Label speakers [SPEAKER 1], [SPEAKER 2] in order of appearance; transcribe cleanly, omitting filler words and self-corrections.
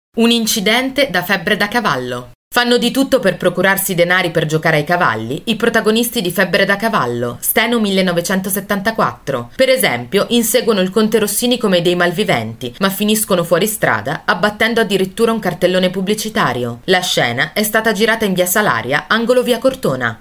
[SPEAKER 1] Un incidente da febbre da cavallo. Fanno di tutto per procurarsi denari per giocare ai cavalli i protagonisti di Febbre da cavallo, Steno 1974. Per esempio, inseguono il conte Rossini come dei malviventi, ma finiscono fuori strada abbattendo addirittura un cartellone pubblicitario. La scena è stata girata in via Salaria, angolo via Cortona.